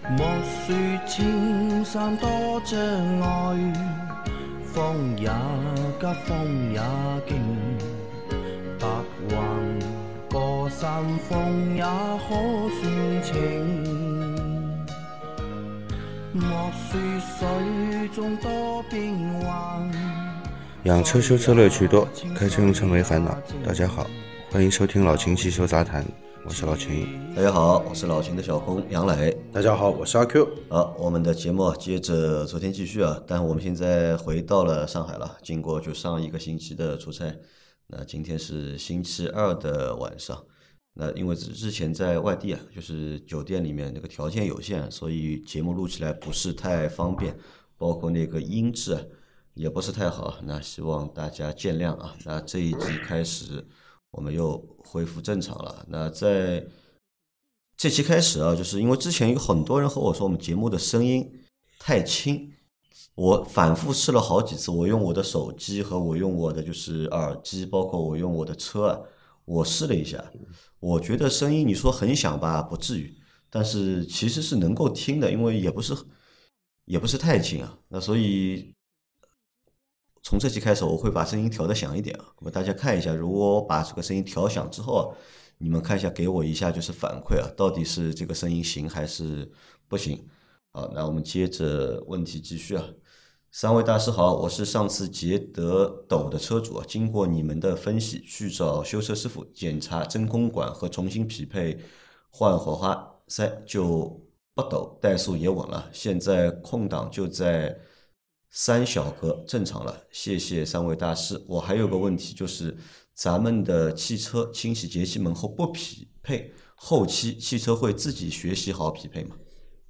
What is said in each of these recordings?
莫说青山多障碍，风也急，风也劲，白云过山峰也可算情。莫说水中多变幻。 养车修车乐趣多，开车用车没烦恼。大家好，欢迎收听老秦汽修杂谈，我是老秦。 大家好，我是老秦的小工杨磊。 大家好，我是阿 Q。 好，我们的节目接着昨天继续啊，但我们现在回到了上海了，经过就上一个星期的出差，那今天是星期二的晚上。那因为之前在外地啊，就是酒店里面那个条件有限，所以节目录起来不是太方便，包括那个音质啊也不是太好，那希望大家见谅啊。那这一集开始我们又恢复正常了。那在这期开始啊，就是因为之前有很多人和我说我们节目的声音太轻，我反复试了好几次，我用我的手机和我用我的就是耳机，包括我用我的车啊，我试了一下，我觉得声音你说很响吧，不至于，但是其实是能够听的，因为也不是太轻啊。那所以从这期开始我会把声音调得响一点啊，那么大家看一下，如果我把这个声音调响之后啊，你们看一下，给我一下就是反馈啊，到底是这个声音行还是不行？好，那我们接着问题继续啊。三位大师好，我是上次捷德斗的车主啊，经过你们的分析，去找修车师傅检查真空管和重新匹配换火花塞就不抖，怠速也稳了，现在空档就在3小格，正常了，谢谢三位大师。我还有个问题，就是咱们的汽车清洗节气门后不匹配，后期汽车会自己学习好匹配吗？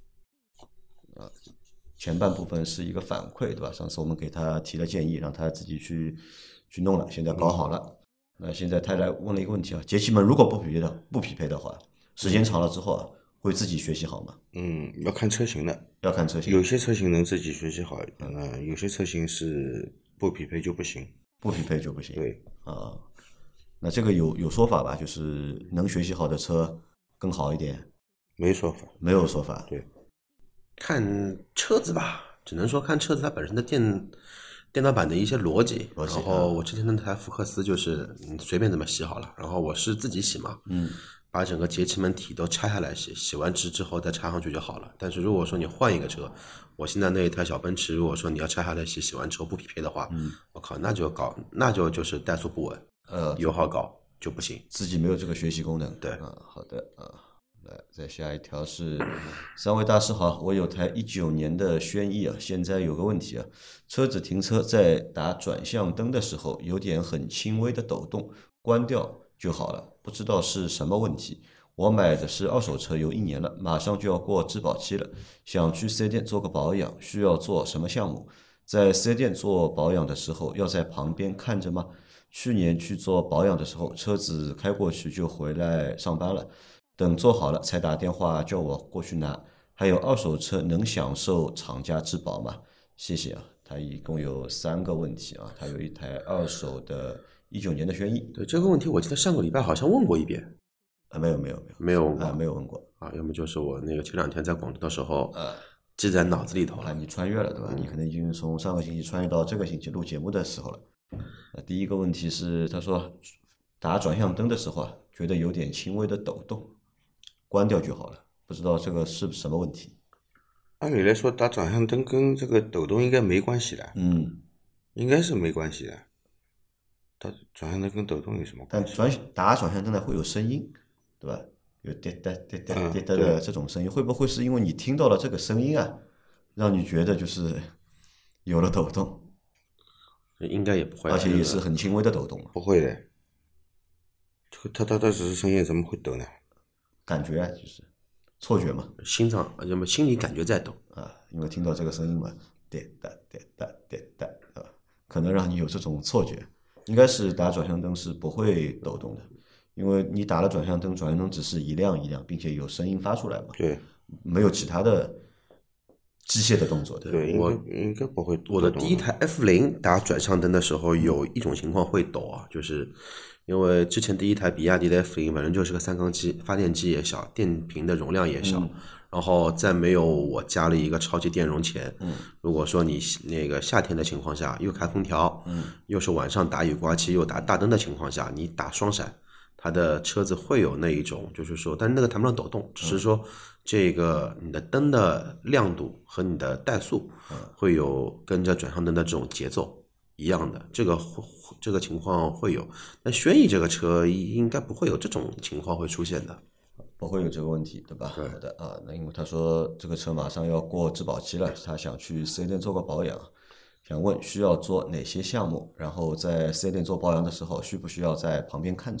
前半部分是一个反馈，对吧？上次我们给他提了建议，让他自己去弄了，现在搞好了。那现在他来问了一个问题啊，节气门如果不匹配的话，时间长了之后啊，会自己学习好吗？ 要看车型的， 要看车型， 有些车型能自己学习好，有些车型是不匹配就不行， 不匹配就不行。 对啊，那这个有说法吧？就是能学习好的车更好一点？ 没说法， 没有说法。 对， 看车子吧，只能说看车子它本身的电脑板的一些逻辑。然后我之前那台福克斯就是随便怎么洗好了，然后我是自己洗嘛，把整个节气门体都拆下来洗，洗完之后再插上去就好了。但是如果说你换一个车，我现在那一台小奔驰，如果说你要拆下来洗，洗完之后不匹配的话，我靠，那就是怠速不稳，油耗高就不行， 自己没有这个学习功能。 对， 好的啊。来，再下一条是，三位大师好，我有台19年的轩逸啊，现在有个问题啊，车子停车在打转向灯的时候，有点很轻微的抖动，关掉就好了，不知道是什么问题。我买的是二手车，有1年了，马上就要过质保期了，想去4S店做个保养，需要做什么项目？在4S店做保养的时候，要在旁边看着吗？去年去做保养的时候，车子开过去就回来上班了。等做好了才打电话叫我过去拿。还有二手车能享受厂家质保吗？谢谢啊。他一共有3个问题啊，他有一台二手的19年的轩逸。 对这个问题，我记得上个礼拜好像问过一遍。 没有没有问过啊，要么就是我那个前2天在广州的时候，记在脑子里头了。 你穿越了对吧？你可能已经从上个星期穿越到这个星期录节目的时候了。第一个问题是，他说打转向灯的时候啊，觉得有点轻微的抖动。关掉就好了，不知道这个是什么问题。 按理来说打转向灯跟这个抖动应该没关系的，应该是没关系的。打转向灯跟抖动有什么关系？ 但打转向灯呢会有声音，对吧？有滴答滴答滴答的这种声音，会不会是因为你听到了这个声音啊，让你觉得就是有了抖动？ 应该也不会， 而且也是很轻微的抖动。 不会的，这个它只是声音，怎么会抖呢？ 感觉啊，就是错觉嘛， 心理感觉在抖啊，因为听到这个声音嘛，滴答滴答滴答，对吧？可能让你有这种错觉。应该是打转向灯是不会抖动的，因为你打了转向灯，转向灯只是一亮一亮，并且有声音发出来嘛， 对， 没有其他的机械的动作， 对，应该不会。 我的第一台 F0打转向灯的时候，有一种情况会抖啊，就是因为之前第一台比亚迪的 F0反正就是个3缸机，发电机也小，电瓶的容量也小，然后在没有我加了一个超级电容前，如果说你那个夏天的情况下又开空调，又是晚上打雨刮器又打大灯的情况下，你打双闪，它的车子会有那一种，就是说，但是那个谈不上抖动，只是说这个你的灯的亮度和你的怠速会有跟着转向灯的这种节奏一样的，这个情况会有。那轩逸这个车应该不会有这种情况会出现的。 不会有这个问题，对吧？ 对好的啊，那因为他说这个车马上要过质保期了，他想去4S店做个保养，想问需要做哪些项目，然后在4S店做保养的时候，需不需要在旁边看着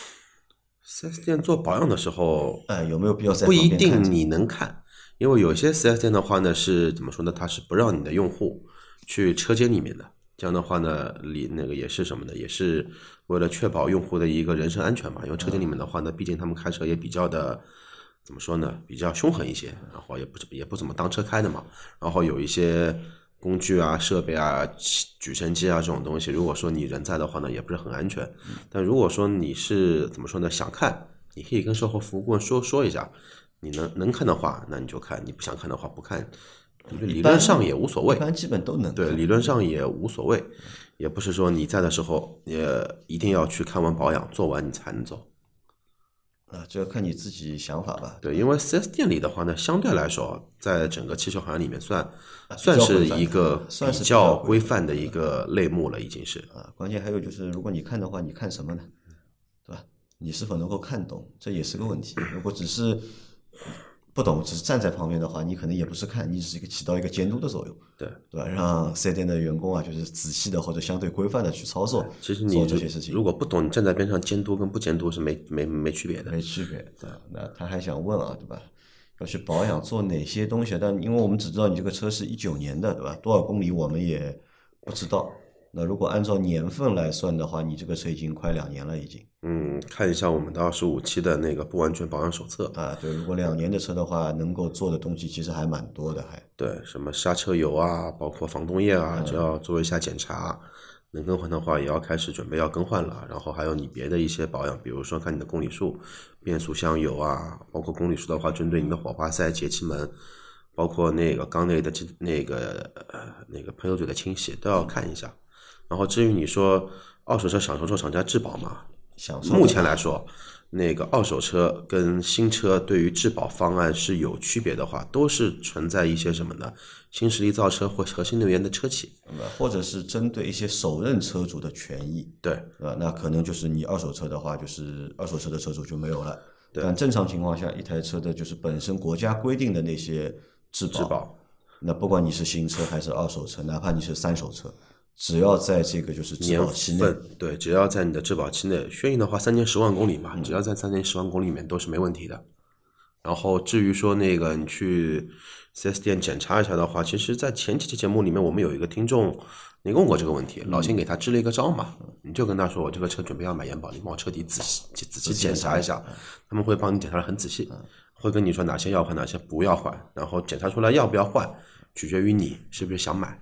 4S店做保养的时候， 有没有必要在不一旁边看着定你能看，因为有些 4S 店的话呢是怎么说呢？它是不让你的用户去车间里面的。这样的话呢，那个也是什么呢？也是为了确保用户的一个人身安全嘛。因为车间里面的话呢，毕竟他们开车也比较的怎么说呢？比较凶狠一些，然后也不怎么当车开的嘛。然后有一些工具啊、设备啊、举升机啊这种东西，如果说你人在的话呢，也不是很安全。但如果说你是怎么说呢？想看，你可以跟售后服务顾问说一下，你能看的话，那你就看；你不想看的话，不看。理论上也无所谓， 一般基本都能对，理论上也无所谓，也不是说你在的时候也一定要去看完保养做完你才能走这要看你自己想法吧。 对，因为 4S 店里的话呢，相对来说，在整个汽车行业里面算是一个比较规范的一个类目了，已经是关键还有就是，如果你看的话，你看什么呢？对吧？你是否能够看懂，这也是个问题。如果只是不懂，只是站在旁边的话，你可能也不是看，你只是起到一个监督的作用， 对吧？让4S店的员工就是仔细的或者相对规范的去操作， 其实你做这些事情。 如果不懂，你站在边上监督跟不监督是没区别的， 没区别。对，那他还想问对吧？要去保养做哪些东西？但因为我们只知道你这个车是19年的，对吧？多少公里我们也不知道。那如果按照年份来算的话，你这个车已经快2年了，已经。 看一下我们的25期的那个不完全保养手册对，如果2年的车的话，能够做的东西其实还蛮多的， 对，什么刹车油啊，包括防冻液啊，只要做一下检查，能更换的话也要开始准备要更换了。然后还有你别的一些保养，比如说看你的公里数、变速箱油啊，包括公里数的话，针对你的火花塞、节气门，包括那个缸内的那个喷油嘴的清洗都要看一下。然后至于你说二手车享受厂家质保嘛，目前来说，那个二手车跟新车对于质保方案是有区别的话，都是存在一些什么呢？新势力造车或核新能源的车企， 或者是针对一些首任车主的权益， 对， 那可能就是你二手车的话，就是二手车的车主就没有了。但正常情况下，一台车的就是本身国家规定的那些质保，那不管你是新车还是二手车，哪怕你是3手车。只要在这个就是质保期内， 对，只要在你的质保期内，轩逸的话3年10万公里嘛，只要在3年10万公里里面都是没问题的。然后至于说那个你去 4S 店检查一下的话，其实在前几期节目里面我们有一个听众你问过这个问题，老秦给他支了一个招嘛，你就跟他说我这个车准备要买延保，你帮我彻底仔细检查一下，他们会帮你检查得很仔细，会跟你说哪些要换哪些不要换，然后检查出来要不要换取决于你是不是想买。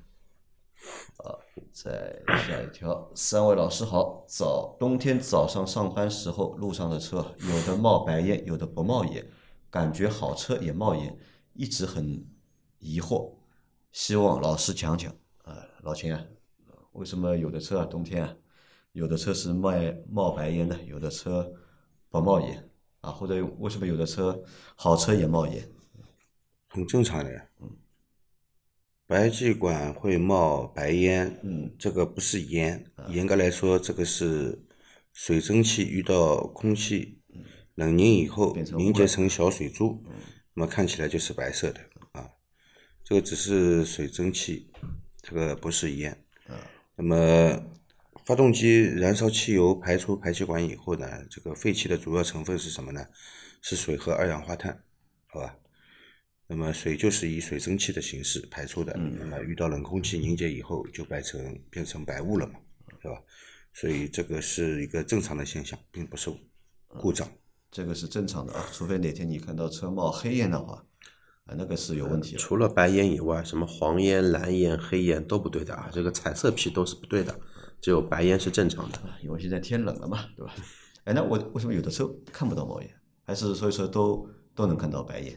再下一条，3位老师好，冬天早上上班时候，路上的车有的冒白烟，有的不冒烟，感觉好车也冒烟，一直很疑惑，希望老师讲讲。老秦为什么有的车冬天有的车是冒白烟的，有的车不冒烟或者为什么有的车好车也冒烟？ 很正常的呀。排气管会冒白烟，这个不是烟，严格来说，这个是水蒸气遇到空气冷凝以后凝结成小水珠，那么看起来就是白色的这个只是水蒸气，这个不是烟。那么发动机燃烧汽油排出排气管以后呢，这个废气的主要成分是什么呢？是水和二氧化碳，好吧？那么水就是以水蒸气的形式排出的，那么遇到冷空气凝结以后就变成白雾了嘛，是吧？所以这个是一个正常的现象，并不是故障。 这个是正常的除非哪天你看到车冒黑烟的话， 那个是有问题的。 除了白烟以外，什么黄烟、蓝烟、黑烟都不对的啊，这个彩色皮都是不对的，只有白烟是正常的。 因为现在天冷了嘛，对吧？那我为什么有的车看不到冒烟，还是所有车都能看到白烟？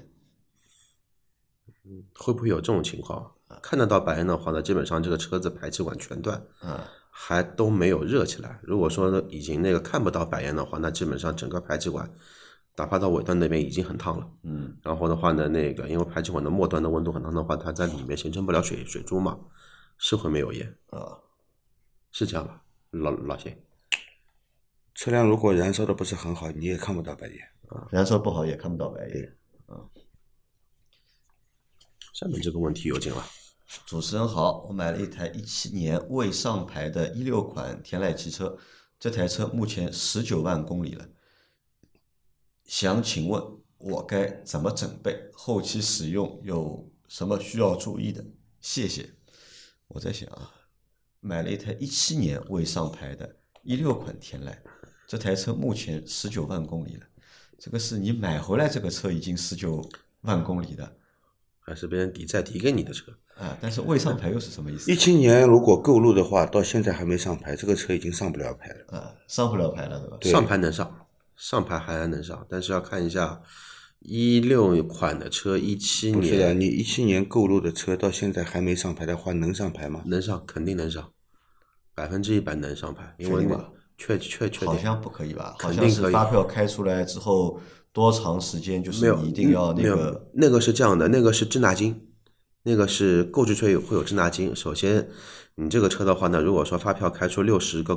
会不会有这种情况？看得到白烟的话呢，基本上这个车子排气管全断，还都没有热起来。如果说已经那个看不到白烟的话，那基本上整个排气管哪怕到尾端那边已经很烫了。然后的话呢，那个因为排气管的末端的温度很烫的话，它在里面形成不了水珠嘛，是会没有烟是这样吧？老谢， 车辆如果燃烧的不是很好，你也看不到白烟燃烧不好也看不到白烟。 下面这个问题有劲了。 主持人好，我买了一台17年未上牌的16款天籁汽车，这台车目前19万公里了，想请问我该怎么准备？后期使用有什么需要注意的？谢谢。我在想啊，买了一台17年未上牌的16款天籁，这台车目前19万公里了，这个是你买回来这个车已经19万公里的， 还是别人抵债抵给你的车但是未上牌又是什么意思 ？17年如果购入的话，到现在还没上牌，这个车已经上不了牌了上不了牌了，对吧？ 对，上牌能上，上牌还能上，但是要看一下16款的车17年。 不是的，你17年购入的车到现在还没上牌的话，能上牌吗？ 能上，肯定能上，100%能上牌，因为确定好像不可以吧？好肯定可以像是发票开出来之后多长时间，就是你一定要那个那个是这样的，那个是滞纳金。那个是购置税会有滞纳金。首先，你这个车的话呢，如果说发票开出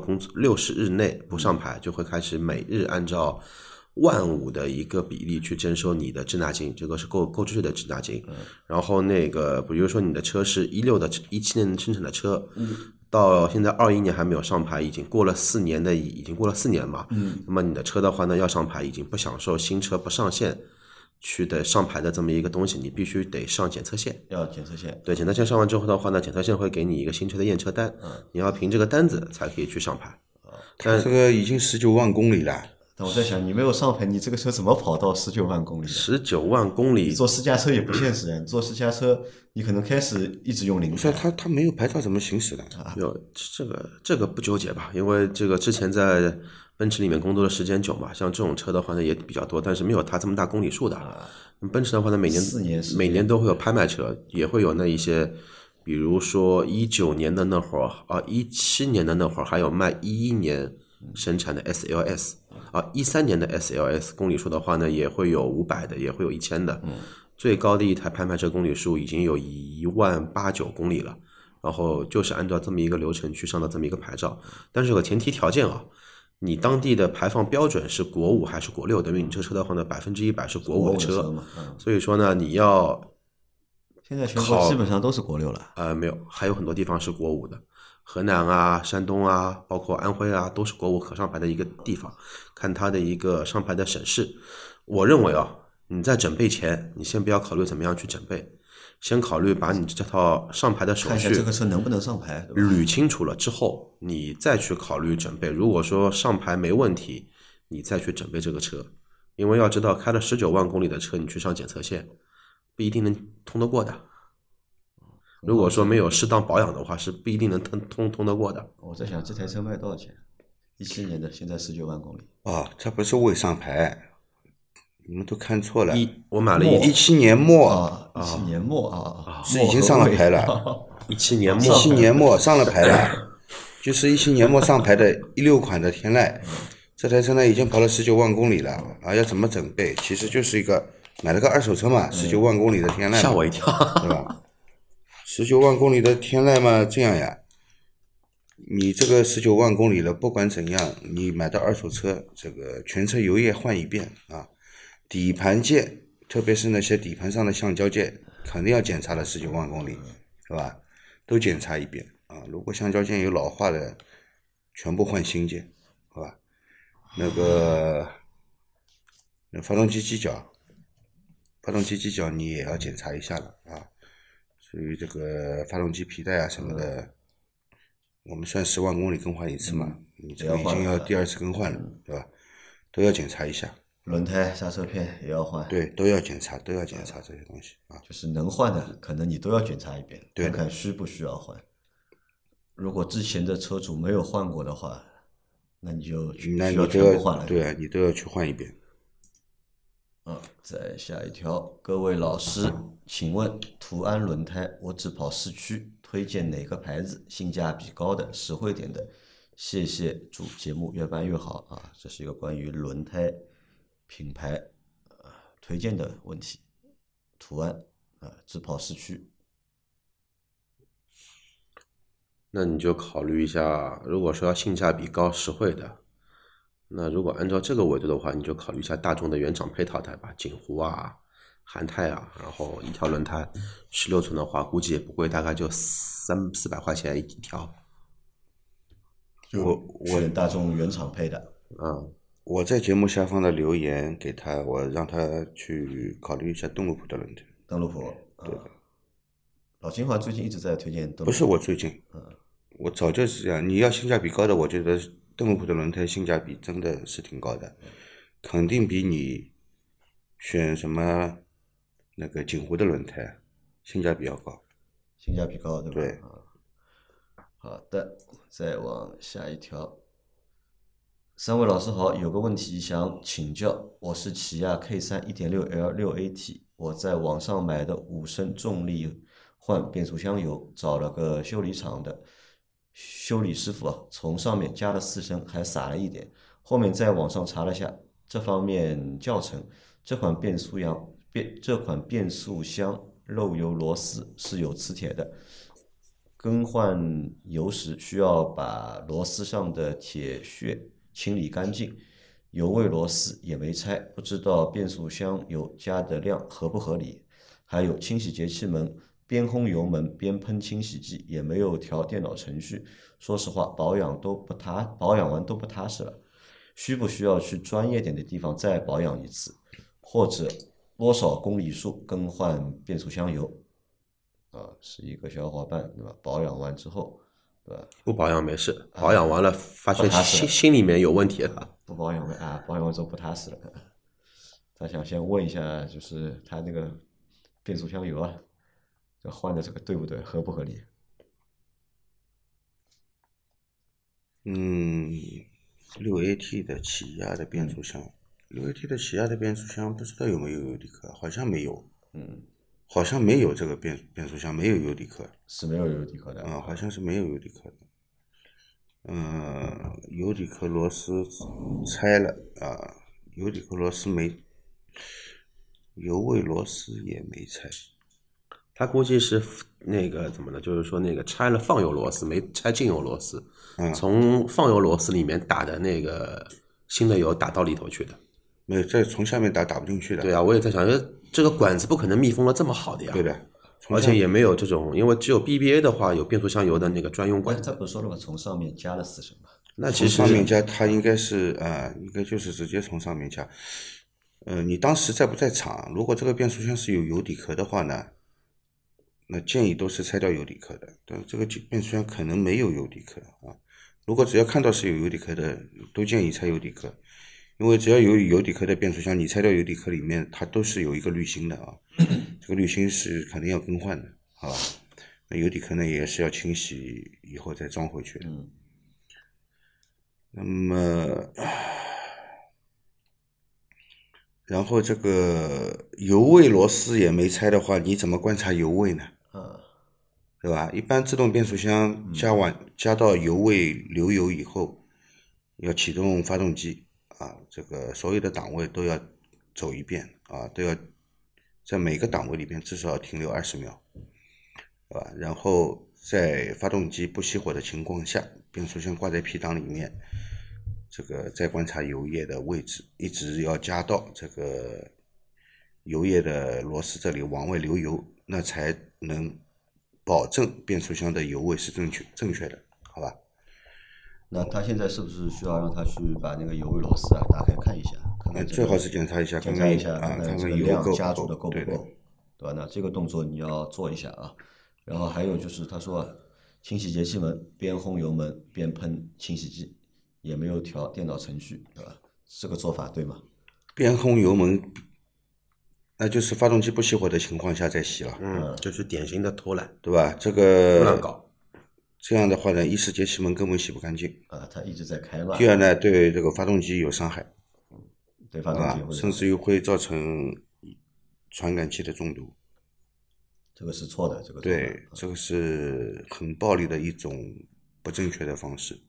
60日内不上牌，就会开始每日按照15000的一个比例去征收你的滞纳金，这个是购置税的滞纳金。然后那个，比如说你的车是17年生产的车，到现在21年还没有上牌，已经过了4年嘛。那么你的车的话呢，要上牌已经不享受新车不上线去的上牌的这么一个东西，你必须得上检测线。 要检测线。 对，检测线上完之后的话呢，检测线会给你一个新车的验车单，你要凭这个单子才可以去上牌。 它这个已经19万公里了。 但我在想，你没有上牌，你这个车怎么跑到19万公里 ？19万公里， 坐私家车也不现实啊！你坐私家车，你可能开始一直用零牌。他没有牌照怎么行驶的？ 有这个不纠结吧，因为这个之前在奔驰里面工作的时间久嘛，像这种车的话呢也比较多，但是没有它这么大公里数的。奔驰的话呢，每年都会有拍卖车，也会有那一些，比如说19年的那会儿17年的那会儿还有卖11年生产的 SLS。13年的 SLS 公里数的话呢，也会有500的，也会有1000的。最高的一台拍卖车公里数已经有18089公里了。然后就是按照这么一个流程去上的这么一个牌照，但是有个前提条件你当地的排放标准是国5还是国6，等于你这车的话呢100%是国5的车。所以说呢，你要现在全国基本上都是国6了。 没有，还有很多地方是国5的。河南啊、山东啊，包括安徽啊，都是国5可上牌的一个地方，看它的一个上牌的省市。我认为你在准备前，你先不要考虑怎么样去准备，先考虑把你这套上牌的手续看一下这个车能不能上牌， 捋清楚了之后，你再去考虑准备。如果说上牌没问题，你再去准备这个车，因为要知道开了19万公里的车，你去上检测线不一定能通得过的。如果说没有适当保养的话，是不一定能通得过的。 我在想这台车卖多少钱？17年的，现在19万公里。 它不是未上牌，你们都看错了。 我买了 17年末 17年末是已经上了牌了。 17年末 17年末上了牌了，就是17年末上牌的16款的天籁，这台车呢已经跑了19万公里了要怎么准备？其实就是一个买了个二手车嘛，19万公里的天籁， 吓我一跳， 对吧？19万公里的天籁嘛，这样呀，你这个19万公里了，不管怎样，你买到二手车，这个全车油液换一遍底盘件，特别是那些底盘上的橡胶件，肯定要检查了19万公里，是吧？都检查一遍如果橡胶件有老化的，全部换新件，好吧？那发动机机脚你也要检查一下了至于这个发动机皮带什么的，我们算10万公里更换一次嘛，你这个已经要第2次更换了，对吧？都要检查一下轮胎、刹车片也要换。 对，都要检查这些东西啊。 就是能换的，可能你都要检查一遍， 对看看需不需要换。如果之前的车主没有换过的话，那你就需要全部换了。 对啊，你都要去换一遍。 再下一条，各位老师，请问途安轮胎我只跑市区，推荐哪个牌子性价比高的、实惠点的？谢谢，祝节目越办越好啊！这是一个关于轮胎品牌推荐的问题。途安只跑市区， 那你就考虑一下，如果说要性价比高、实惠的，那如果按照这个维度的话，你就考虑一下大众的原厂配套胎吧，锦湖啊、韩泰啊，然后一条轮胎16寸的话，估计也不贵，大概就300-400块钱一条。 我选大众原厂配的。 我在节目下方的留言给他，我让他去考虑一下邓禄普的轮胎。 邓禄普，对的。老金好像最近一直在推荐邓禄普。 不是我最近，我早就是这样。你要性价比高的，我觉得邓禄普的轮胎性价比真的是挺高的，肯定比你选什么那个锦湖的轮胎性价比要高。 性价比高，对吧？ 对。 好的，再往下一条。三位老师好，有个问题想请教，我是起亚 K3 1.6L 6AT， 我在网上买的5升重力换变速箱油，找了个修理厂的修理师傅从上面加了4升，还撒了一点。后面在网上查了下这方面教程，这款变速箱漏油螺丝是有磁铁的，更换油时需要把螺丝上的铁屑清理干净，油位螺丝也没拆，不知道变速箱油加的量合不合理。还有清洗节气门，边轰油门边喷清洗剂，也没有调电脑程序，说实话保养完都不踏实了。需不需要去专业点的地方再保养一次，或者多少公里数更换变速箱油？是一个小伙伴，对吧？保养完之后，对吧？ 不保养没事，保养完了发现心里面有问题了。 不保养保养完之后不踏实了。他想先问一下，就是他那个变速箱油换的这个对不对，合不合理 ？6AT 的起亚的变速箱，6AT 的起亚的变速箱不知道有没有油底壳，好像没有。好像没有这个变速箱没有油底壳。 是没有油底壳的。 好像是没有油底壳的。油底壳螺丝拆了油底壳螺丝没，油位螺丝也没拆。 他估计是那个怎么呢？就是说那个拆了放油螺丝，没拆进油螺丝，从放油螺丝里面打的那个新的油打到里头去的。 没有，再从下面打不进去的。 对啊，我也在想，因为这个管子不可能密封的这么好的呀。 对的。 而且也没有这种，因为只有 BBA 的话有变速箱油的那个专用管子。 他不是说了吗？从上面加了4升嘛。 那其实上面加，它应该是应该就是直接从上面加。你当时在不在场？如果这个变速箱是有油底壳的话呢，那建议都是拆掉油底壳的。但这个变速箱可能没有油底壳如果只要看到是有油底壳的，都建议拆油底壳。因为只要有油底壳的变速箱，你拆掉油底壳里面，它都是有一个滤芯的这个滤芯是肯定要更换的，好吧？那油底壳呢也是要清洗以后再装回去的。那么，然后这个油位螺丝也没拆的话，你怎么观察油位呢？对吧？一般自动变速箱加到油位流油以后，要启动发动机。这个所有的档位都要走一遍都要在每个档位里边至少停留20秒，然后在发动机不熄火的情况下，变速箱挂在 P 档里面，这个再观察油液的位置，一直要加到这个油液的螺丝这里往外流油，那才能保证变速箱的油位是正确的，好吧？ 那他现在是不是需要让他去把那个油位螺丝打开看一下？ 最好是检查一下， 看看这个量加注的够不够， 对吧？那这个动作你要做一下然后还有就是他说清洗节气门，边轰油门边喷清洗剂，也没有调电脑程序，对吧？这个做法对吗？ 边轰油门，那就是发动机不熄火的情况下再熄了， 就是典型的偷懒， 对吧？这个乱搞。 这样的话呢，一是节气门根本洗不干净， 它一直在开嘛。 第二呢，对这个发动机有伤害， 对发动机会甚至于会造成传感器的中毒。 这个是错的，这个对，这个是很暴力的一种不正确的方式。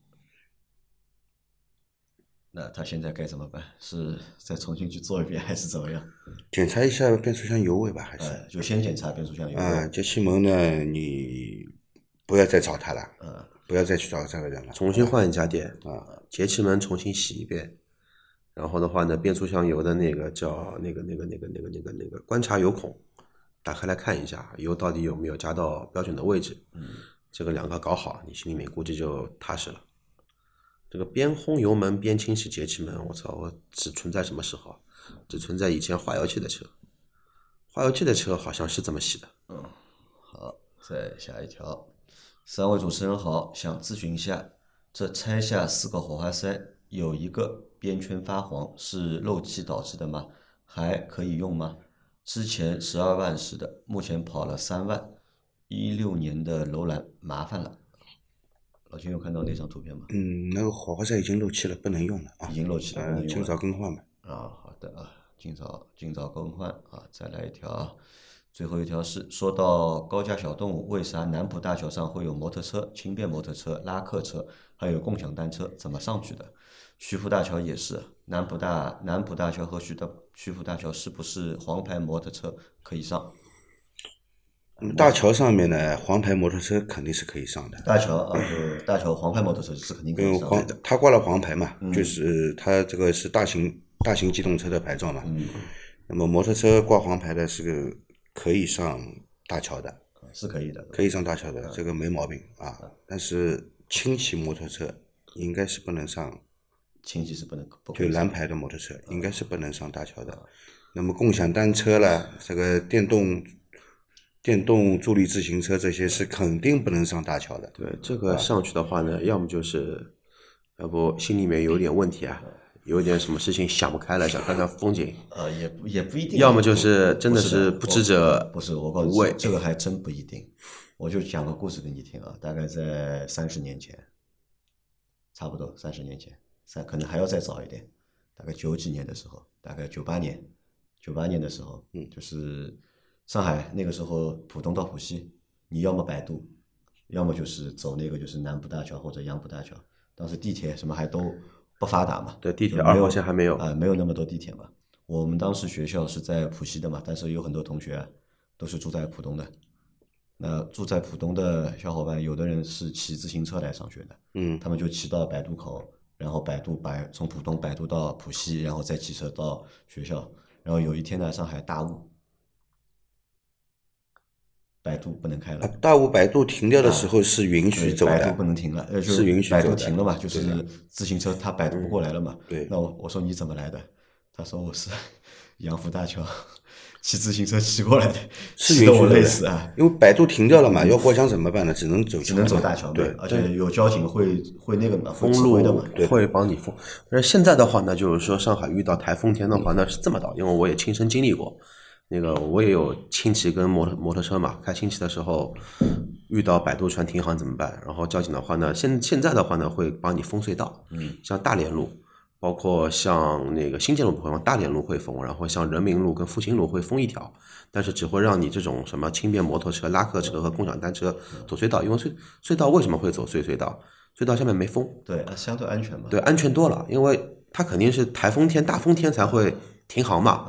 那他现在该怎么办？是再重新去做一遍，还是怎么样？ 检查一下变速箱油位吧，还是？ 就先检查变速箱油位。 节气门呢，你不要再找他了，不要再去找这个人了， 重新换一家店节气门重新洗一遍，然后的话呢，变速箱油的那个叫那个观察油孔打开来看一下，油到底有没有加到标准的位置。这个两个搞好，你心里面估计就踏实了。这个边轰油门边清洗节气门，我操，我只存在什么时候？只存在以前化油器的车，化油器的车好像是这么洗的。 好，再下一条。3位主持人好，想咨询一下，这拆下4个火花塞，有一个边圈发黄，是漏气导致的吗？还可以用吗？之前12万时的，目前跑了3万，16年的楼兰，麻烦了。老秦有看到那张图片吗？ 那个火花塞已经漏气了，不能用了啊！ 已经漏气了，不能用了。 尽早更换吧。 好的尽早更换再来一条最后一条是说到高架小动物，为啥南浦大桥上会有摩托车、轻便摩托车、拉客车，还有共享单车，怎么上去的？徐福大桥也是，南浦大桥和徐福大桥是不是黄牌摩托车可以上？ 大桥上面呢，黄牌摩托车肯定是可以上的。 大桥黄牌摩托车是肯定可以上的。 他挂了黄牌嘛，就是他这个是大型机动车的牌照嘛。那么摩托车挂黄牌的是个可以上大桥的， 是可以的， 可以上大桥的，这个没毛病但是轻骑摩托车应该是不能上， 轻骑是不就蓝牌的摩托车应该是不能上大桥的。那么共享单车啦，这个电动助力自行车这些是肯定不能上大桥的。 对，这个上去的话呢，要么就是要不心里面有点问题有点什么事情想不开了，想看看风景。 也不一定。 要么就是真的是不知者不是，我告诉你，这个还真不一定。我就讲个故事给你听大概在30年前，差不多30年前，可能还要再早一点，大概90几年的时候，大概98年的时候，就是上海那个时候浦东到浦西，你要么摆渡，要么就是走那个就是南浦大桥或者杨浦大桥。当时地铁什么还都不发达嘛， 对，地铁2号线还没有没有那么多地铁嘛。我们当时学校是在浦西的嘛，但是有很多同学都是住在浦东的。那住在浦东的小伙伴，有的人是骑自行车来上学的，他们就骑到摆渡口，然后从浦东摆渡到浦西，然后再骑车到学校。然后有一天呢，上海大雾，摆渡不能开了。 大雾摆渡停掉的时候是允许走的， 摆渡不能停了， 是允许走的。 摆渡停了嘛，就是自行车它摆渡不过来了嘛。 对。 那我说你怎么来的？他说我是杨浦大桥骑自行车骑过来的，骑得我累死因为摆渡停掉了嘛，要过江怎么办呢？只能走大桥。 对， 而且有交警会那个嘛， 封路的嘛， 会帮你封。但是现在的话呢，就是说上海遇到台风天的话呢是这么的，因为我也亲身经历过。那个我也有亲戚跟摩托车嘛，开亲戚的时候遇到摆渡船停航怎么办？然后交警的话呢，现在的话呢会帮你封隧道，像大连路，包括像那个新建路不会封，大连路会封，然后像人民路跟复兴路会封一条，但是只会让你这种什么轻便摩托车、拉客车和共享单车走隧道，因为隧道为什么会走隧道？隧道下面没封， 对，相对安全嘛， 对，安全多了，因为它肯定是台风天、大风天才会停航嘛，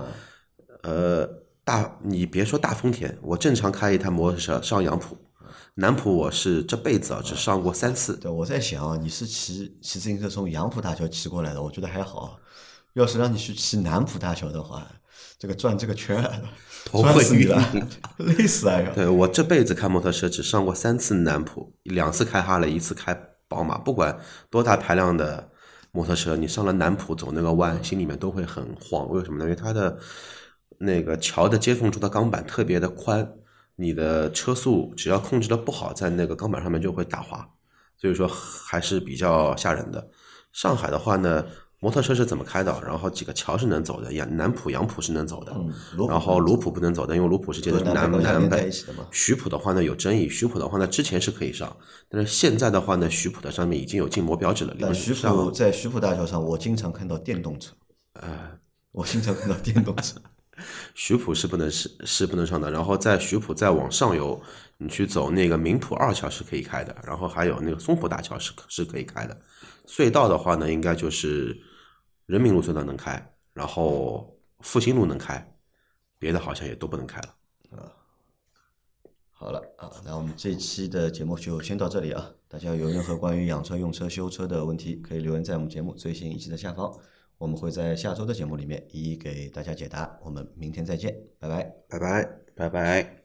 你别说大风天，我正常开一台摩托车上杨浦、南浦，我是这辈子只上过3次。 对，我在想你是骑自行车从杨浦大桥骑过来的，我觉得还好。要是让你去骑南浦大桥的话，这个转这个圈转死你了，累死啊！ 对，我这辈子开摩托车只上过3次南浦，2次开哈雷，1次开宝马。不管多大排量的摩托车，你上了南浦走那个弯，心里面都会很慌。为什么呢？因为它的那个桥的接缝处的钢板特别的宽，你的车速只要控制的不好，在那个钢板上面就会打滑，所以说还是比较吓人的。上海的话呢， 摩托车是怎么开的，然后几个桥是能走的，南浦、杨浦是能走的，然后卢浦不能走的，因为卢浦是接着南北。徐浦的话呢有争议，徐浦的话呢之前是可以上，但是现在的话呢，徐浦的上面已经有禁摩标志了。 但在徐浦大桥上，我经常看到电动车，我经常看到电动车。 徐浦是不能上的，然后在徐浦再往上游，你去走那个明浦二桥是可以开的，然后还有那个松浦大桥是可以开的。隧道的话呢，应该就是人民路隧道能开，然后复兴路能开，别的好像也都不能开了。 好了那我们这期的节目就先到这里啊。大家有任何关于养车、用车、修车的问题，可以留言在我们节目最新一期的下方，我们会在下周的节目里面一一给大家解答。我们明天再见，拜拜， 拜拜，拜拜。